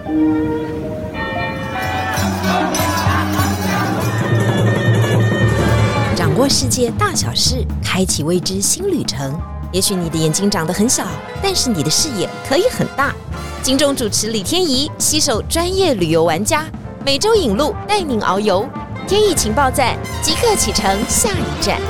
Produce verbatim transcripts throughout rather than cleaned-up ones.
掌握世界大小事，开启未知新旅程。也许你的眼睛长得很小，但是你的视野可以很大。金钟主持李天宜携手专业旅游玩家，每周引路带您遨游。天意情报站即刻启程，下一站。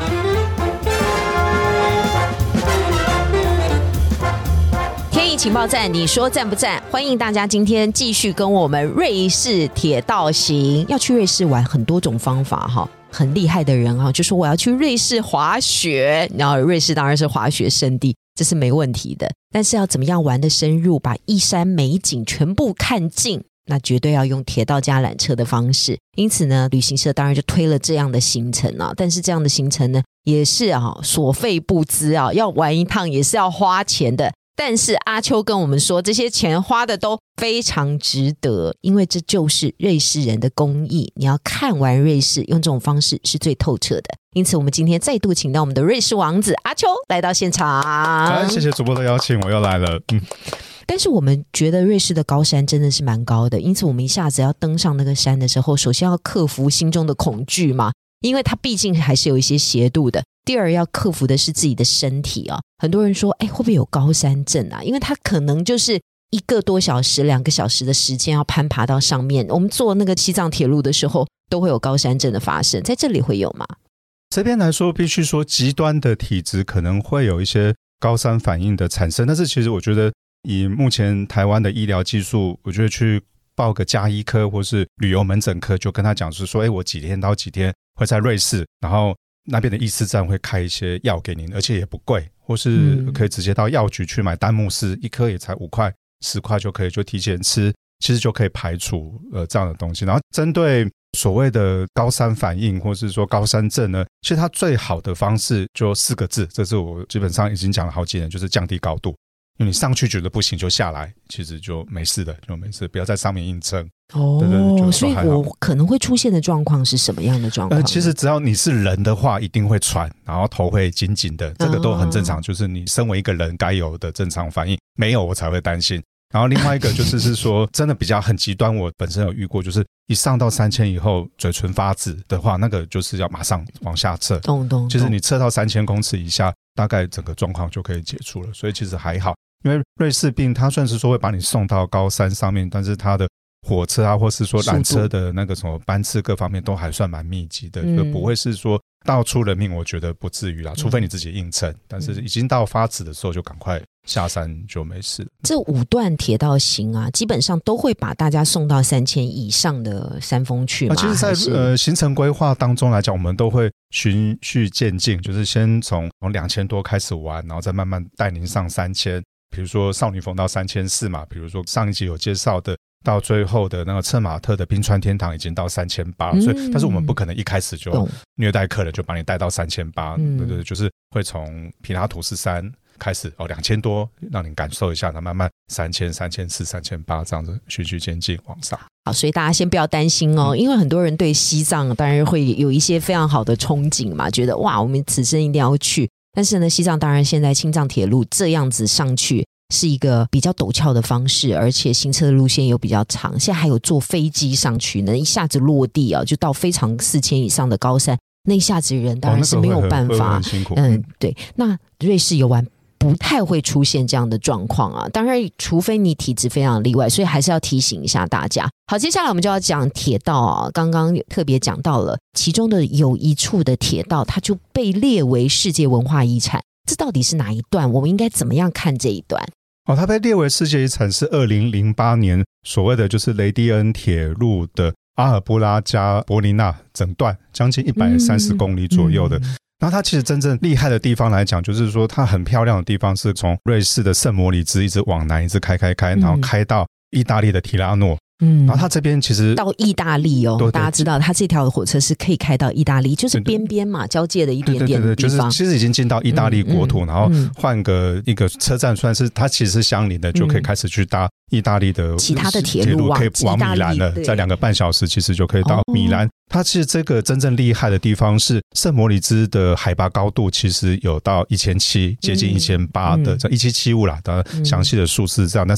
天意情报站，你说赞不赞？欢迎大家今天继续跟我们瑞士铁道行。要去瑞士玩，很多种方法哈。很厉害的人啊，就说我要去瑞士滑雪，然后瑞士当然是滑雪胜地，这是没问题的。但是要怎么样玩得深入，把一山美景全部看尽，那绝对要用铁道加缆车的方式。因此呢，旅行社当然就推了这样的行程啊。但是这样的行程呢，也是啊所费不赀啊，要玩一趟也是要花钱的。但是阿秋跟我们说，这些钱花的都非常值得，因为这就是瑞士人的公益。你要看完瑞士，用这种方式是最透彻的。因此我们今天再度请到我们的瑞士王子阿秋来到现场。 哎，谢谢主播的邀请，我又来了。嗯， 但是我们觉得瑞士的高山真的是蛮高的，因此我们一下子要登上那个山的时候，首先要克服心中的恐惧嘛，因为它毕竟还是有一些斜度的。第二要克服的是自己的身体啊，很多人说哎，会不会有高山症啊？因为它可能就是一个多小时两个小时的时间要攀爬到上面，我们坐那个西藏铁路的时候都会有高山症的发生，在这里会有吗？ 这边来说必须说极端的体质可能会有一些高山反应的产生，但是其实我觉得以目前台湾的医疗技术，我觉得去报个家医科或是旅游门诊科，就跟他讲是说哎，我几天到几天会在瑞士，然后那边的医师站会开一些药给您，而且也不贵，或是可以直接到药局去买丹木斯，一颗也才五块十块就可以，就提前吃，其实就可以排除呃这样的东西。然后针对所谓的高山反应或是说高山症呢，其实它最好的方式就四个字，这是我基本上已经讲了好几年，就是降低高度。因为你上去觉得不行就下来，其实就没事的，就没事，不要在上面硬撑。 哦，对对对，所以我可能会出现的状况是什么样的状况？呃， 其实只要你是人的话，一定会喘，然后头会紧紧的，这个都很正常，哦，就是你身为一个人该有的正常反应，没有我才会担心。然后另外一个就是是说真的比较很极端，我本身有遇过，就是一上到三千以后嘴唇发紫的话，那个就是要马上往下撤， 懂懂， 就是你测到三千公尺以下，大概整个状况就可以解除了。所以其实还好，因为瑞士病它算是说会把你送到高山上面，但是它的火车啊或是说缆车的那个什么班次各方面都还算蛮密集的，嗯，就不会是说到出人命，我觉得不至于啦，除非你自己硬撑，但是已经到发紫的时候就赶快下山就没事。 这五段铁道行啊，基本上都会把大家送到三千以上的山峰去吗？ 啊，其实在呃行程规划当中来讲，我们都会循序渐进，就是先从从两千多开始玩，然后再慢慢带您上三千。比如说少女峰到三千四嘛，比如说上一集有介绍的，到最后的那个策马特的冰川天堂已经到三千八了，所以但是我们不可能一开始就虐待客人就把你带到三千八，对对，就是会从皮拉图斯山开始哦，两千多让你感受一下，然后慢慢三千、三千四、三千八这样子循序渐进往上。 好，所以大家先不要担心哦，嗯，因为很多人对西藏当然会有一些非常好的憧憬嘛，觉得哇，我们此生一定要去。但是呢，西藏当然现在青藏铁路这样子上去是一个比较陡峭的方式，而且行车的路线又比较长，现在还有坐飞机上去呢，一下子落地啊，就到非常四千以上的高山，那一下子人当然是没有办法， 哦，那个， 嗯，对。那瑞士游玩不太会出现这样的状况啊，当然除非你体质非常例外，所以还是要提醒一下大家。好，接下来我们就要讲铁道啊，刚刚特别讲到了其中的有一处的铁道它就被列为世界文化遗产，这到底是哪一段？我们应该怎么样看这一段？ 哦，它被列为世界遗产是二零零八年所谓的就是雷蒂恩铁路的阿尔布拉加柏林纳整段，将近一百三十公里左右的，嗯嗯，然后它其实真正厉害的地方来讲，就是说它很漂亮的地方是从瑞士的圣摩里兹一直往南一直开开开，然后开到意大利的提拉诺，嗯，然后它这边其实到意大利哦，大家知道它这条火车是可以开到意大利，就是边边嘛，交界的一点点的地方， 就是其实已经进到意大利国土，嗯嗯，然后换个一个车站，算是它其实是相邻的，嗯，就可以开始去搭意大利的其他的铁路， 可以往米兰了，在两个半小时其实就可以到米兰。哦，它其实这个真正厉害的地方是圣摩里兹的海拔高度其实有到一千七百接近一千八百的，这一七七五啦，当然详细的数字这样，但是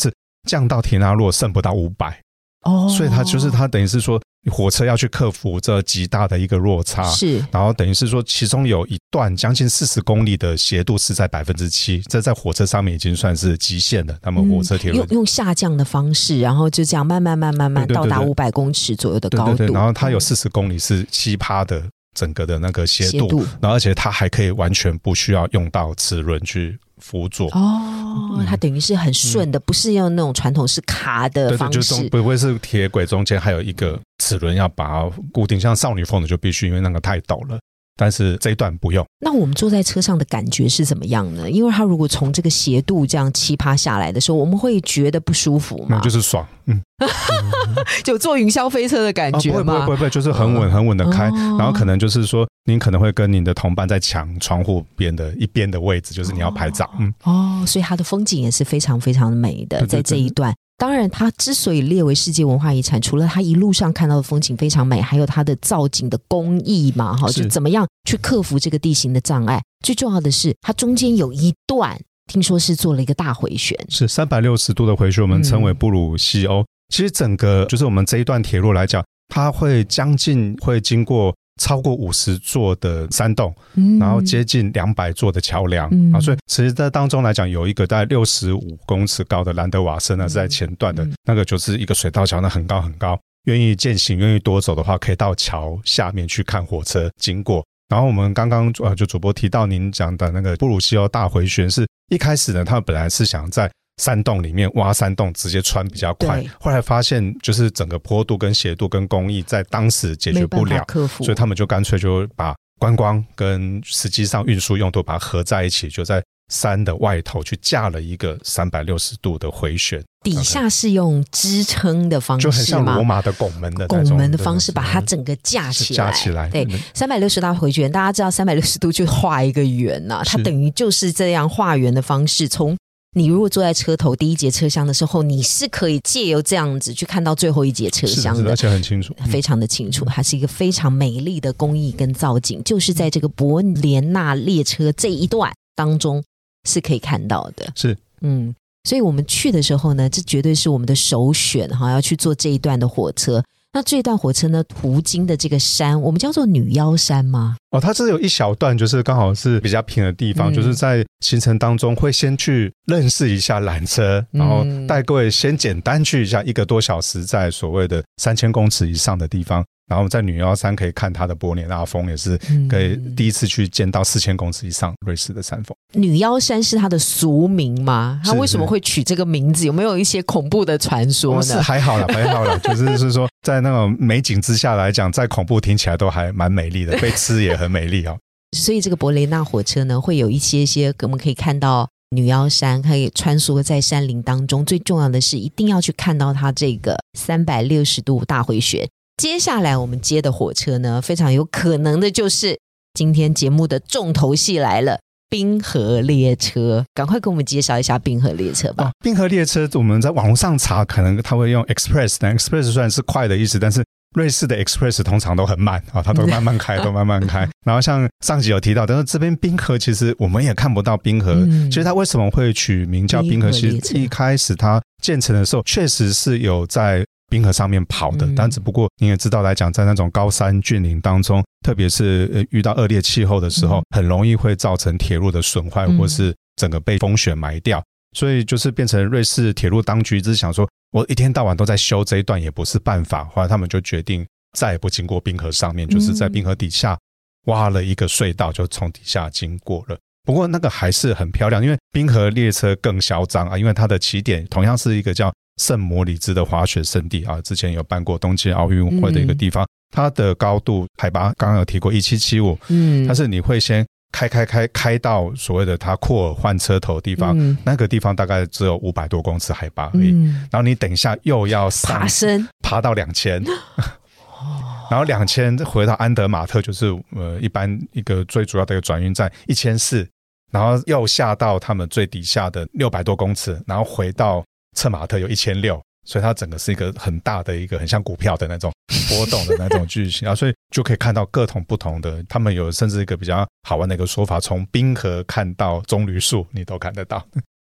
降到提纳洛剩不到五百。哦，所以它就是它等于是说火车要去克服这极大的一个落差， 是， 然后等于是说其中有一段将近四十公里的斜度是在 百分之七， 这在火车上面已经算是极限了。他们火车铁路、 嗯、用, 用下降的方式，然后就这样慢慢慢慢慢到达五百公尺左右的高度， 对对对，然后它有四十公里是 百分之七 的整个的那个斜 度, 斜度然后而且它还可以完全不需要用到齿轮去辅佐。 哦，它等于是很顺的、嗯、不是用那种传统是卡的方式， 对对，就不会是铁轨中间还有一个齿轮要把它固定，像少女峰的就必须，因为那个太陡了，但是这一段不用。 那我们坐在车上的感觉是怎么样呢？因为它如果从这个斜度这样七趴下来的时候，我们会觉得不舒服吗？ 嗯、就是爽，嗯， 就坐云霄飞车的感觉吗？ 啊、不会不会不会不会，就是很稳很稳的开、哦，然后可能就是说，您可能会跟您的同伴在抢窗户边的一边的位置，就是你要拍照，嗯， 哦，所以它的风景也是非常非常美的，对对对，在这一段。当然它之所以列为世界文化遗产，除了它一路上看到的风景非常美，还有它的造景的工艺嘛，就怎么样去克服这个地形的障碍。最重要的是它中间有一段听说是做了一个大回旋， 是三百六十度的回旋，我们称为布鲁西欧、嗯、其实整个就是我们这一段铁路来讲，它会将近会经过超过五十座的山洞、嗯、然后接近两百座的桥梁、嗯啊、所以其实在当中来讲有一个大概六十五公尺高的兰德瓦森，那是在前段的、嗯、那个就是一个水道桥，那很高很高，愿意践行愿意多走的话可以到桥下面去看火车经过。然后我们刚刚呃就主播提到您讲的那个布鲁西欧大回旋，是一开始呢他们本来是想在山洞里面挖山洞直接穿比较快，后来发现就是整个坡度跟斜度跟工艺在当时解决不了，所以他们就干脆就把观光跟实际上运输用途把它合在一起，就在山的外头去架了一个三百六十度的回旋， 底下是用支撑的方式吗？ 就很像罗马的拱门的拱门的方式把它整个架起来， 架起来。 对，三百六十度回旋，大家知道三百六十度就画一个圆啊，它等于就是这样画圆的方式。从你如果坐在车头第一节车厢的时候，你是可以借由这样子去看到最后一节车厢 的, 的，而且很清楚， 非常的清楚。它是一个非常美丽的工艺跟造景，就是在这个伯莲纳列车这一段当中是可以看到的。 是， 嗯，所以我们去的时候呢，这绝对是我们的首选哈，要去坐这一段的火车。那这一段火车呢，途经的这个山，我们叫做女妖山吗？ 哦，它是有一小段，就是刚好是比较平的地方、嗯、就是在行程当中会先去认识一下缆车，然后带各位先简单去一下一个多小时在所谓的三千公尺以上的地方，然后在女妖山可以看它的伯莲纳峰，也是可以第一次去见到四千公尺以上瑞士的山峰。 女妖山是它的俗名吗？它为什么会取这个名字？有没有一些恐怖的传说呢？ 是还好啦还好啦就是是说在那种美景之下来讲，再恐怖听起来都还蛮美丽的，被吃也很美丽哦。 所以这个伯莲纳火车呢，会有一些些我们可以看到女妖山，可以穿梭在山林当中，最重要的是一定要去看到它这个三百六十度大回旋。接下来我们接的火车呢，非常有可能的就是今天节目的重头戏来了，冰河列车。赶快给我们介绍一下冰河列车吧、哦、 冰河列车我们在网络上查，可能它会用 express， 但 express 虽然是快的意思，但是瑞士的 express 通常都很慢、哦、它都慢慢开都慢慢开然后像上集有提到，但是这边冰河其实我们也看不到冰河、嗯、其实它为什么会取名叫冰河，其实一开始它建成的时候确实是有在冰河上面跑的、嗯、但只不过你也知道来讲，在那种高山峻岭当中，特别是遇到恶劣气候的时候、嗯、很容易会造成铁路的损坏、嗯、或是整个被风雪埋掉，所以就是变成瑞士铁路当局只想说我一天到晚都在修这一段也不是办法，后来他们就决定再也不经过冰河上面、嗯、就是在冰河底下挖了一个隧道，就从底下经过了。不过那个还是很漂亮，因为冰河列车更嚣张啊，因为它的起点同样是一个叫圣摩里兹的滑雪圣地啊，之前有办过冬季奥运会的一个地方、嗯、它的高度海拔刚刚有提过一七七五，嗯，但是你会先开开开开到所谓的它库尔换车头的地方、嗯、那个地方大概只有五百多公尺海拔而已、嗯、然后你等一下又要上爬升爬到两千然后两千回到安德马特，就是呃一般一个最主要的一个转运站一千四百，然后又下到他们最底下的六百多公尺，然后回到策马特有一千六百，所以它整个是一个很大的一个很像股票的那种波动的那种剧情啊，所以就可以看到各种不同的，他们有甚至一个比较好玩的一个说法，从冰河看到棕榈树你都看得到。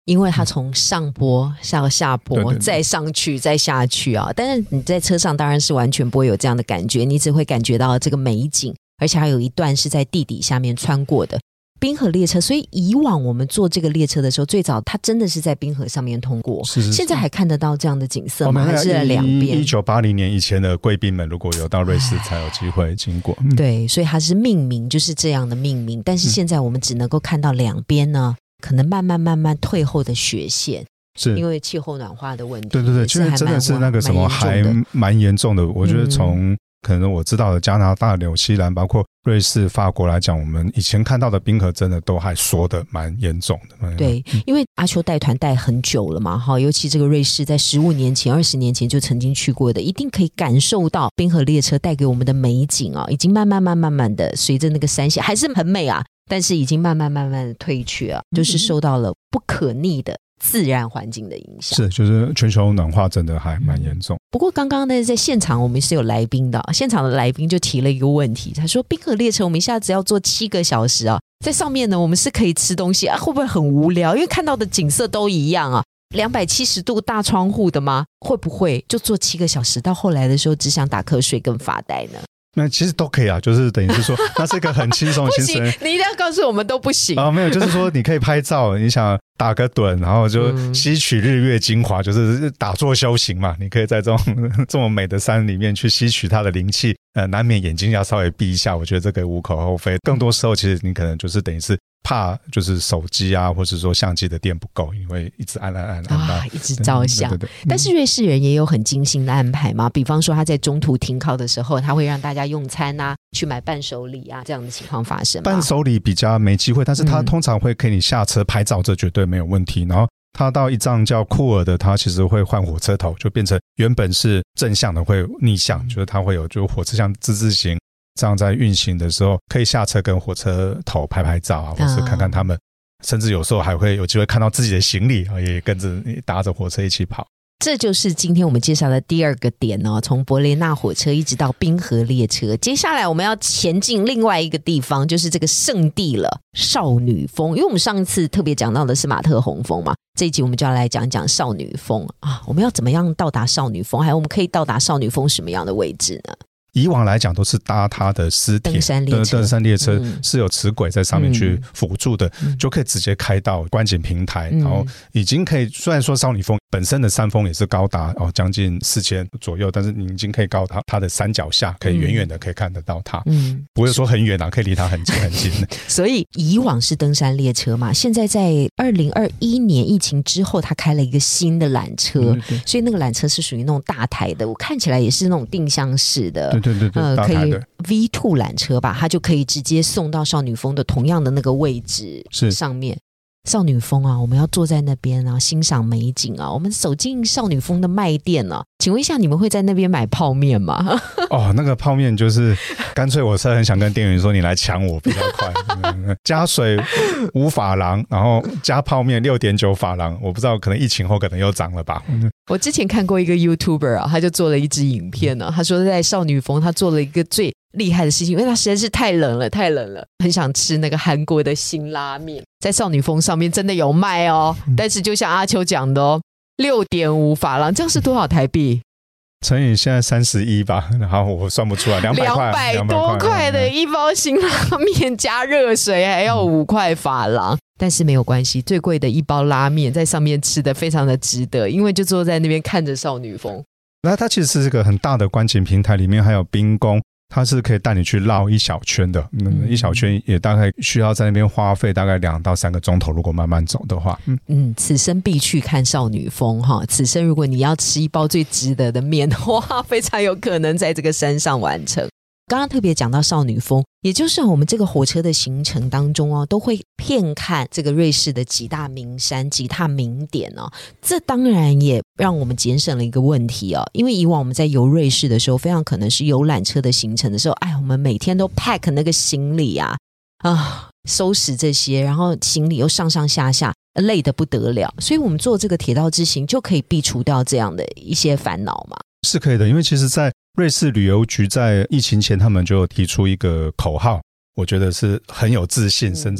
因为它从上坡下下坡对对对再上去再下去啊，但是你在车上当然是完全不会有这样的感觉，你只会感觉到这个美景，而且还有一段是在地底下面穿过的冰河列车。所以以往我们坐这个列车的时候，最早它真的是在冰河上面通过， 是是是， 现在还看得到这样的景色吗？ 哦、 还是在两边？ 一九八零年以前的贵宾们如果有到瑞士才有机会经过、嗯、 对，所以它是命名就是这样的命名，但是现在我们只能够看到两边呢、嗯、可能慢慢慢慢退后的雪线，是因为气候暖化的问题。 对对对，其实真的是那个什么还蛮严重的。我觉得从可能我知道的加拿大、纽西兰包括瑞士、法国来讲，我们以前看到的冰河真的都还缩得蛮严重的。 对，因为阿秋带团带很久了嘛，尤其这个瑞士在十五年前二十年前就曾经去过的，一定可以感受到冰河列车带给我们的美景啊，已经慢慢慢慢慢的随着那个山线还是很美啊，但是已经慢慢慢慢的退去啊，就是受到了不可逆的自然环境的影响。 是，就是全球暖化真的还蛮严重、嗯、 不过刚刚呢在现场我们是有来宾的，现场的来宾就提了一个问题，他说冰河列车我们一下子要坐七个小时啊，在上面呢我们是可以吃东西啊，会不会很无聊？因为看到的景色都一样啊，两百七十度大窗户的吗？会不会就坐七个小时，到后来的时候只想打瞌睡跟发呆呢？ 那其实都可以啊，就是等于是说那是一个很轻松的行程。 不行，你一定要告诉我们都不行啊，没有，就是说你可以拍照，你想打个盹，然后就吸取日月精华、嗯、就是打坐修行嘛，你可以在这种这么美的山里面去吸取它的灵气，呃，难免眼睛要稍微闭一下，我觉得这个无可厚非。更多时候其实你可能就是等于是怕就是手机啊或者说相机的电不够，因为一直按按按按到、 啊、一直照相。 对对对， 但是瑞士人也有很精心的安排嘛，比方说他在中途停靠的时候，他会让大家用餐啊，去买伴手礼啊，这样的情况发生吗？ 伴手礼比较没机会，但是他通常会给你下车拍照，这绝对没有问题。然后他到一站叫库尔的，他其实会换火车头，就变成原本是正向的会逆向，就是他会有就火车像之字形这样在运行的时候，可以下车跟火车头拍拍照啊，或是看看他们、啊、甚至有时候还会有机会看到自己的行李，也跟着搭着火车一起跑。 这就是今天我们介绍的第二个点哦，从伯雷纳火车一直到冰河列车。接下来我们要前进另外一个地方，就是这个圣地了，少女峰。因为我们上一次特别讲到的是马特洪峰嘛，这一集我们就要来讲讲少女峰啊。我们要怎么样到达少女峰，还有我们可以到达少女峰什么样的位置呢？ 以往来讲都是搭它的私铁登山列车， 登山列车是有齿轨在上面去辅助的、嗯、就可以直接开到观景平台、嗯、然后已经可以，虽然说少女峰本身的山峰也是高达哦将近四千左右，但是你已经可以高到它的山脚下，可以远远的可以看得到它，嗯，不会说很远啊，可以离它很近很近的。 所以以往是登山列车嘛，现在在二零二一年疫情之后，它开了一个新的缆车、嗯、所以那个缆车是属于那种大台的，我看起来也是那种定向式的， 对对对对、呃、 可以 V 二 缆车吧，它就可以直接送到少女峰的同样的那个位置上面。少女峰啊，我们要坐在那边啊，欣赏美景啊。我们走进少女峰的卖店啊，请问一下，你们会在那边买泡面吗？ 哦，那个泡面就是干脆我是很想跟店员说，你来抢我比较快。加水五法郎，然后加泡面六点九法郎，我不知道可能疫情后可能又涨了吧。 我之前看过一个 YouTuber 啊，他就做了一支影片啊，他说在少女峰他做了一个最厉害的事情，因为他实在是太冷了太冷了，很想吃那个韩国的辛拉面，在少女峰上面真的有卖哦、嗯、但是就像阿秋讲的哦， 六点五法郎，这样是多少台币？ 乘以现在三十一吧，然后我算不出来，两百块， 两百多块的一包辛拉面加热水还要五块法郎、嗯，但是没有关系，最贵的一包拉面在上面吃的非常的值得，因为就坐在那边看着少女峰。 那它其实是一个很大的观景平台，里面还有冰宫，它是可以带你去绕一小圈的、嗯、一小圈也大概需要在那边花费大概两到三个钟头，如果慢慢走的话。 嗯嗯，此生必去看少女峰哈！此生如果你要吃一包最值得的面的话，非常有可能在这个山上完成。刚刚特别讲到少女峰，也就是我们这个火车的行程当中哦，都会遍看这个瑞士的几大名山几大名点哦。这当然也让我们节省了一个问题哦，因为以往我们在游瑞士的时候，非常可能是游览车的行程的时候，哎，我们每天都 pack 那个行李啊啊，收拾这些，然后行李又上上下下，累得不得了。所以我们做这个铁道之行就可以避除掉这样的一些烦恼嘛。 是可以的，因为其实在瑞士旅游局在疫情前他们就有提出一个口号，我觉得是很有自信、嗯、甚至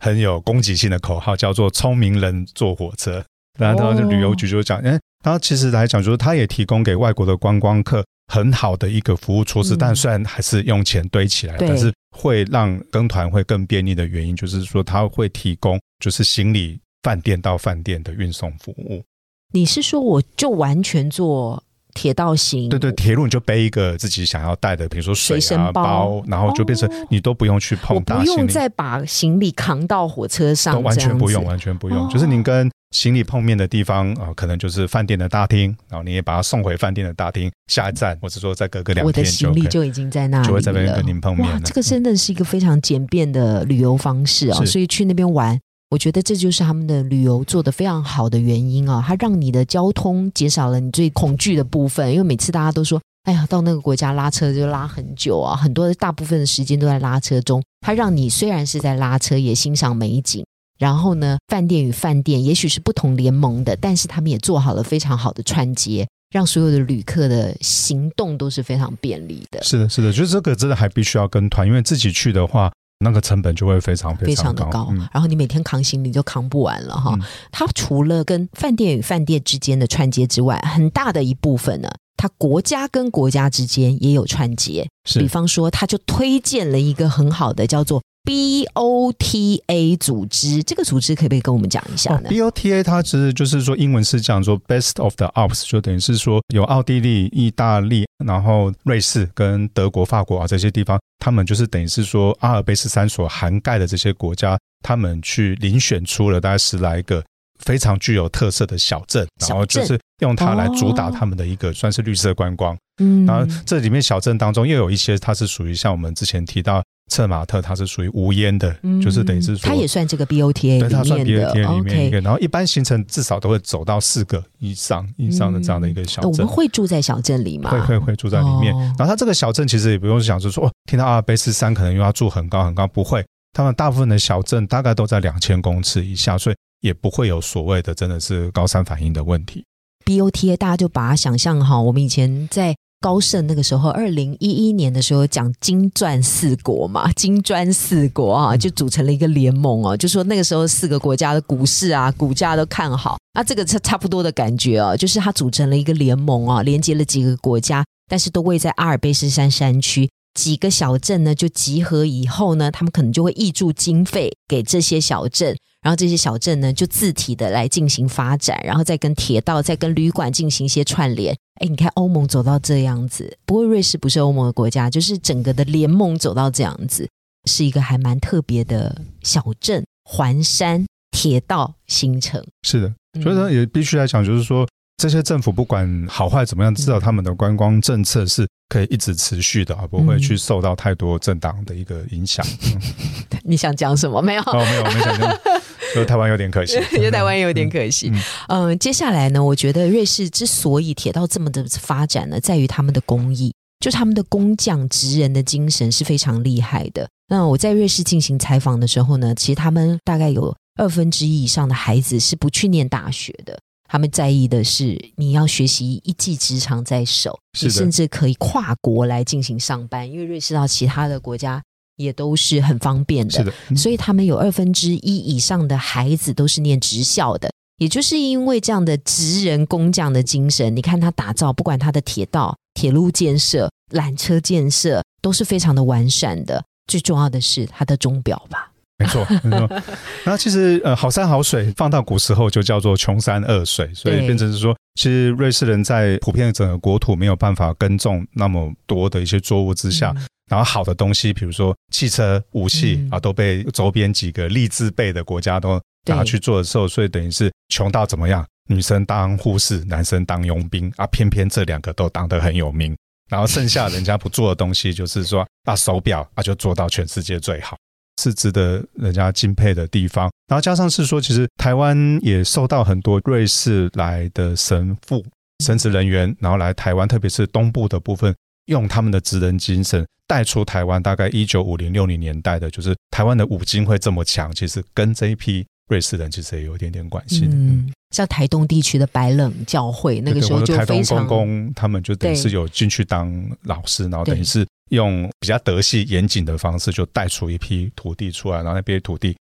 很有攻击性的口号，叫做聪明人坐火车。然后旅游局就讲，哎、哦，然后其实来讲，就是它也提供给外国的观光客很好的一个服务措施，嗯、但虽然还是用钱堆起来，但是会让跟团会更便利的原因，就是说它会提供就是行李饭店到饭店的运送服务。 你是说我就完全做铁道行？ 对对，铁路你就背一个自己想要带的，比如说水啊包, 包，然后就变成你都不用去碰大行李， 我不用再把行李扛到火车上， 都完全不用，完全不用，哦、就是您跟行李碰面的地方、呃、可能就是饭店的大厅，然后你也把它送回饭店的大厅，下一站或者说再隔个两天， 我的行李就已经在那里了， 就会在那边跟您碰面了。 哇，这个真的是一个非常简便的旅游方式啊！所以去那边玩，我觉得这就是他们的旅游做得非常好的原因啊！它让你的交通减少了你最恐惧的部分，因为每次大家都说，哎呀，到那个国家拉车就拉很久啊，很多大部分的时间都在拉车中。它让你虽然是在拉车，也欣赏美景。然后呢，饭店与饭店也许是不同联盟的，但是他们也做好了非常好的串接，让所有的旅客的行动都是非常便利的。 是的，是的，就是这个真的还必须要跟团，因为自己去的话，那个成本就会非常非常高， 非常的高、 嗯、 然后你每天扛行李就扛不完了哈、嗯。它除了跟饭店与饭店之间的串接之外，很大的一部分呢，它国家跟国家之间也有串接。比方说，它就推荐了一个很好的叫做B O T A 组织，这个组织可不可以跟我们讲一下呢、哦、 B O T A 它其实就是说英文是讲说 Best of the Alps， 就等于是说有奥地利、意大利，然后瑞士跟德国、法国啊这些地方，他们就是等于是说阿尔卑斯山所涵盖的这些国家，他们去遴选出了大概十来个非常具有特色的小镇，然后就是用它来主打他们的一个算是绿色观光、哦、然后这里面小镇当中又有一些它是属于像我们之前提到策马特，它是属于无烟的、嗯、就是等于是说它也算这个 B O T A 里面的， 对，它算 B O T A 里面一个、okay、然后一般行程至少都会走到四个以上以上的这样的一个小镇、嗯、 我们会住在小镇里吗？ 会会会住在里面、哦、然后它这个小镇其实也不用想说说、哦、听到阿尔卑斯山可能又要住很高很高，不会，他们大部分的小镇大概都在两千公尺以下，所以也不会有所谓的真的是高山反应的问题。 B O T A 大家就把它想象哈，我们以前在高盛那个时候二零一一年的时候讲金砖四国嘛，金砖四国啊，就组成了一个联盟哦，就说那个时候四个国家的股市啊股价都看好，那这个差不多的感觉哦，就是它组成了一个联盟啊，连接了几个国家，但是都位在阿尔卑斯山山区，几个小镇呢就集合以后呢，他们可能就会挹注经费给这些小镇，然后这些小镇呢就自体的来进行发展，然后再跟铁道再跟旅馆进行一些串联。哎，你看欧盟走到这样子，不过瑞士不是欧盟的国家，就是整个的联盟走到这样子，是一个还蛮特别的小镇环山铁道行程。 是的，所以说也必须来讲，就是说这些政府不管好坏怎么样，至少他们的观光政策是可以一直持续的，不会去受到太多政党的一个影响、嗯、 你想讲什么？没有、 哦、没有没想讲就台湾有点可惜就台湾有点可惜、嗯嗯呃、接下来呢，我觉得瑞士之所以铁道这么的发展呢，在于他们的工艺，就他们的工匠职人的精神是非常厉害的。那我在瑞士进行采访的时候呢，其实他们大概有二分之一以上的孩子是不去念大学的，他们在意的是你要学习一技之长在手，你甚至可以跨国来进行上班，因为瑞士到其他的国家也都是很方便的， 是的、嗯、 所以他们有二分之一以上的孩子都是念职校的。也就是因为这样的职人工匠的精神，你看他打造不管他的铁道铁路建设缆车建设都是非常的完善的，最重要的是他的钟表吧。 没错没错那其实呃好山好水放到古时候就叫做穷山恶水，所以变成是说其实瑞士人在普遍整个国土没有办法耕种那么多的一些作物之下、嗯、然后好的东西比如说汽车武器、嗯、啊，都被周边几个利兹贝的国家都拿去做的时候，所以等于是穷到怎么样，女生当护士男生当佣兵啊，偏偏这两个都当得很有名，然后剩下人家不做的东西就是说啊手表啊就做到全世界最好，是值得人家敬佩的地方。然后加上是说其实台湾也受到很多瑞士来的神父神职人员然后来台湾，特别是东部的部分，用他们的职人精神带出台湾大概一九五零六零年代的就是台湾的五金会这么强，其实跟这一批瑞士人其实也有一点点关系的、嗯嗯、像台东地区的白冷教会那个时候就非常， 台东公公他们就等于是有进去当老师，然后等于是用比较德系严谨的方式就带出一批土地出来，然后那批土地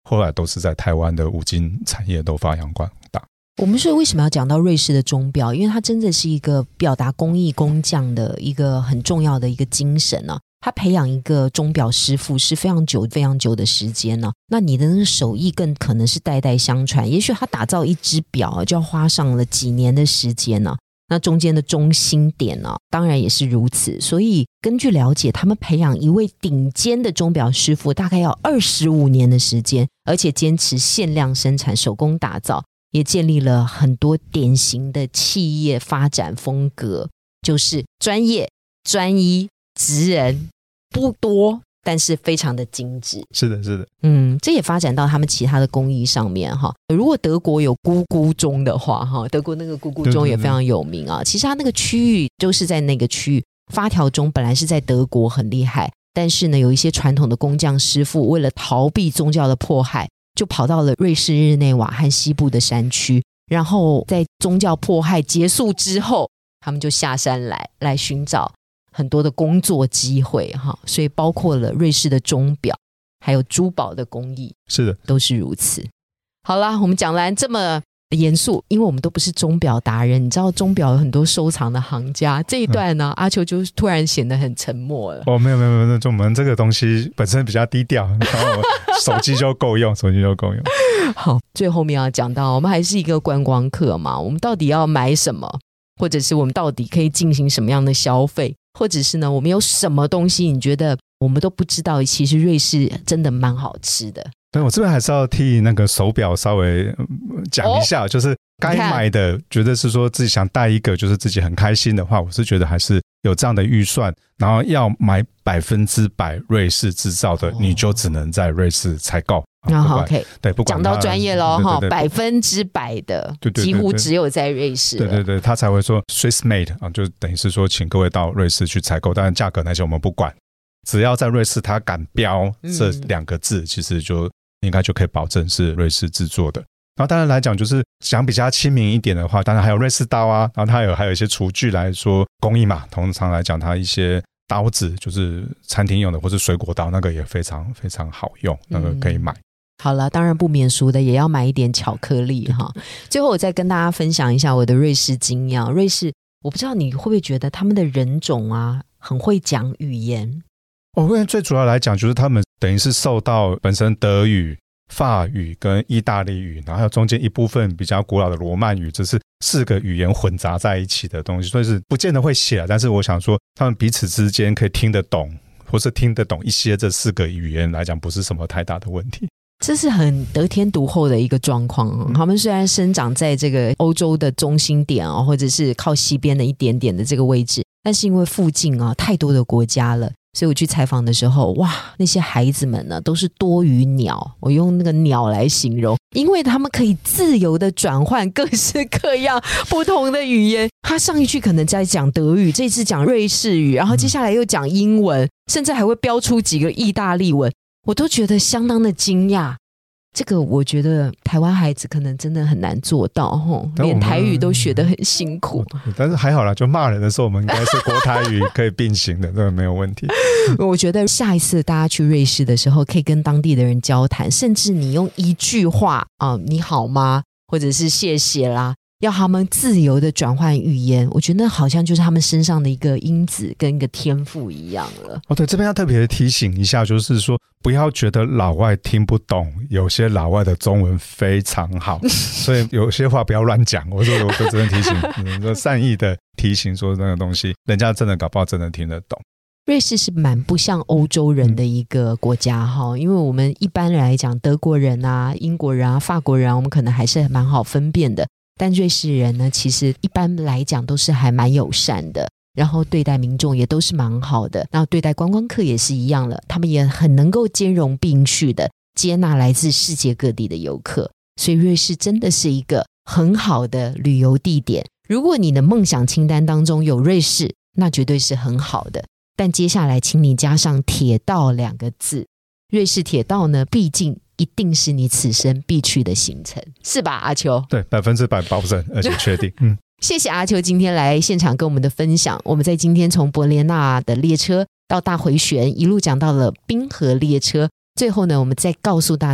后来都是在台湾的五金产业都发扬光大。 我们是为什么要讲到瑞士的钟表？因为它真的是一个表达工艺工匠的一个很重要的一个精神呢、啊。他培养一个钟表师傅是非常久非常久的时间呢、啊。那你的那个手艺更可能是代代相传，也许他打造一只表、啊、就要花上了几年的时间呢、啊。那中间的中心点呢、啊，当然也是如此。所以根据了解，他们培养一位顶尖的钟表师傅大概要二十五年的时间，而且坚持限量生产，手工打造，也建立了很多典型的企业发展风格，就是专业、专一、职人，不多，但是非常的精致。 是的，是的， 嗯，这也发展到他们其他的工艺上面哈。如果德国有咕咕钟的话哈，德国那个咕咕钟也非常有名啊。其实它那个区域就是在那个区域，发条钟本来是在德国很厉害，但是呢，有一些传统的工匠师傅为了逃避宗教的迫害，就跑到了瑞士日内瓦和西部的山区，然后在宗教迫害结束之后，他们就下山来来寻找很多的工作机会哈，所以包括了瑞士的钟表，还有珠宝的工艺， 是的， 都是如此。好啦，我们讲完这么严肃，因为我们都不是钟表达人，你知道钟表有很多收藏的行家，这一段呢、嗯、阿秋就突然显得很沉默了。 哦，没有没有没有，就我们这个东西本身比较低调，然后手机就够用，手机就够用。 好，最后面要讲到，我们还是一个观光客嘛，我们到底要买什么，或者是我们到底可以进行什么样的消费，或者是呢，我们有什么东西你觉得我们都不知道，其实瑞士真的蛮好吃的。 对，我这边还是要替那个手表稍微讲一下、哦、就是该买的觉得是说自己想带一个就是自己很开心的话，我是觉得还是有这样的预算，然后要买百分之百瑞士制造的、哦、你就只能在瑞士采购。 那好 OK， 对，不管讲到专业咯哈，百分之百的对对对对，几乎只有在瑞士。 对对对，他才会说 Swiss made 啊，就等于是说请各位到瑞士去采购，当然价格那些我们不管，只要在瑞士他敢标这两个字、嗯、其实就应该就可以保证是瑞士制作的。然后当然来讲，就是想比较亲民一点的话，当然还有瑞士刀啊，然后它有还有一些厨具来说工艺嘛，通常来讲它一些刀子就是餐厅用的或是水果刀，那个也非常非常好用，那个可以买、嗯好了，当然不免俗的也要买一点巧克力哈。最后我再跟大家分享一下我的瑞士经验。瑞士，我不知道你会不会觉得他们的人种啊很会讲语言。 我认为最主要来讲就是他们等于是受到本身德语、法语跟意大利语，然后还有中间一部分比较古老的罗曼语，这是四个语言混杂在一起的东西，所以是不见得会写，但是我想说他们彼此之间可以听得懂，或是听得懂一些这四个语言来讲，不是什么太大的问题。 这是很得天独厚的一个状况。他们虽然生长在这个欧洲的中心点、哦、或者是靠西边的一点点的这个位置，但是因为附近啊太多的国家了，所以我去采访的时候，哇，那些孩子们呢都是多语鸟，我用那个鸟来形容，因为他们可以自由的转换各式各样不同的语言。他上一句可能在讲德语，这次讲瑞士语，然后接下来又讲英文，甚至还会标出几个意大利文，我都觉得相当的惊讶。这个我觉得台湾孩子可能真的很难做到，连台语都学得很辛苦。 但是还好啦，就骂人的时候我们应该是国台语可以并行的，这个没有问题。 我觉得下一次大家去瑞士的时候可以跟当地的人交谈，甚至你用一句话、呃、你好吗或者是谢谢啦，要他们自由的转换语言，我觉得那好像就是他们身上的一个因子跟一个天赋一样了。 哦，对，这边要特别提醒一下，就是说不要觉得老外听不懂，有些老外的中文非常好，所以有些话不要乱讲。我说我就真的提醒，嗯，善意的提醒说那个东西，人家真的搞不好真的听得懂。 瑞士是蛮不像欧洲人的一个国家哈、嗯，因为我们一般来讲，德国人啊、英国人啊、法国人啊，我们可能还是蛮好分辨的。但瑞士人呢，其实一般来讲都是还蛮友善的，然后对待民众也都是蛮好的，然后对待观光客也是一样了，他们也很能够兼容并蓄的接纳来自世界各地的游客，所以瑞士真的是一个很好的旅游地点。如果你的梦想清单当中有瑞士，那绝对是很好的。但接下来请你加上铁道两个字，瑞士铁道呢，毕竟一定是你此生必去的行程，是吧阿秋？ 对，百分之百保证，而且确定。嗯， 谢谢阿秋今天来现场跟我们的分享。我们在今天从伯连纳的列车到大回旋，一路讲到了冰河列车，最后呢，我们再告诉大家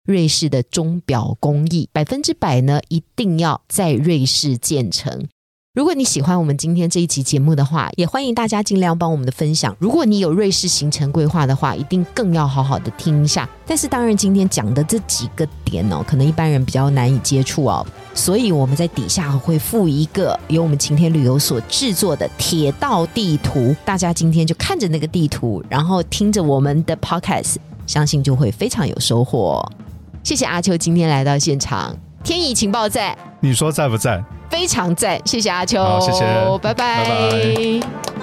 瑞士的钟表工艺，百分之百呢一定要在瑞士建成。如果你喜欢我们今天这一集节目的话，也欢迎大家尽量帮我们的分享。如果你有瑞士行程规划的话，一定更要好好的听一下。但是当然今天讲的这几个点哦，可能一般人比较难以接触哦，所以我们在底下会附一个由我们晴天旅游所制作的铁道地图，大家今天就看着那个地图，然后听着我们的 podcast， 相信就会非常有收获哦。谢谢阿秋今天来到现场，天意情报站， 你说在不在？ 非常赞，谢谢阿秋， 好，谢谢， 拜拜。 拜拜。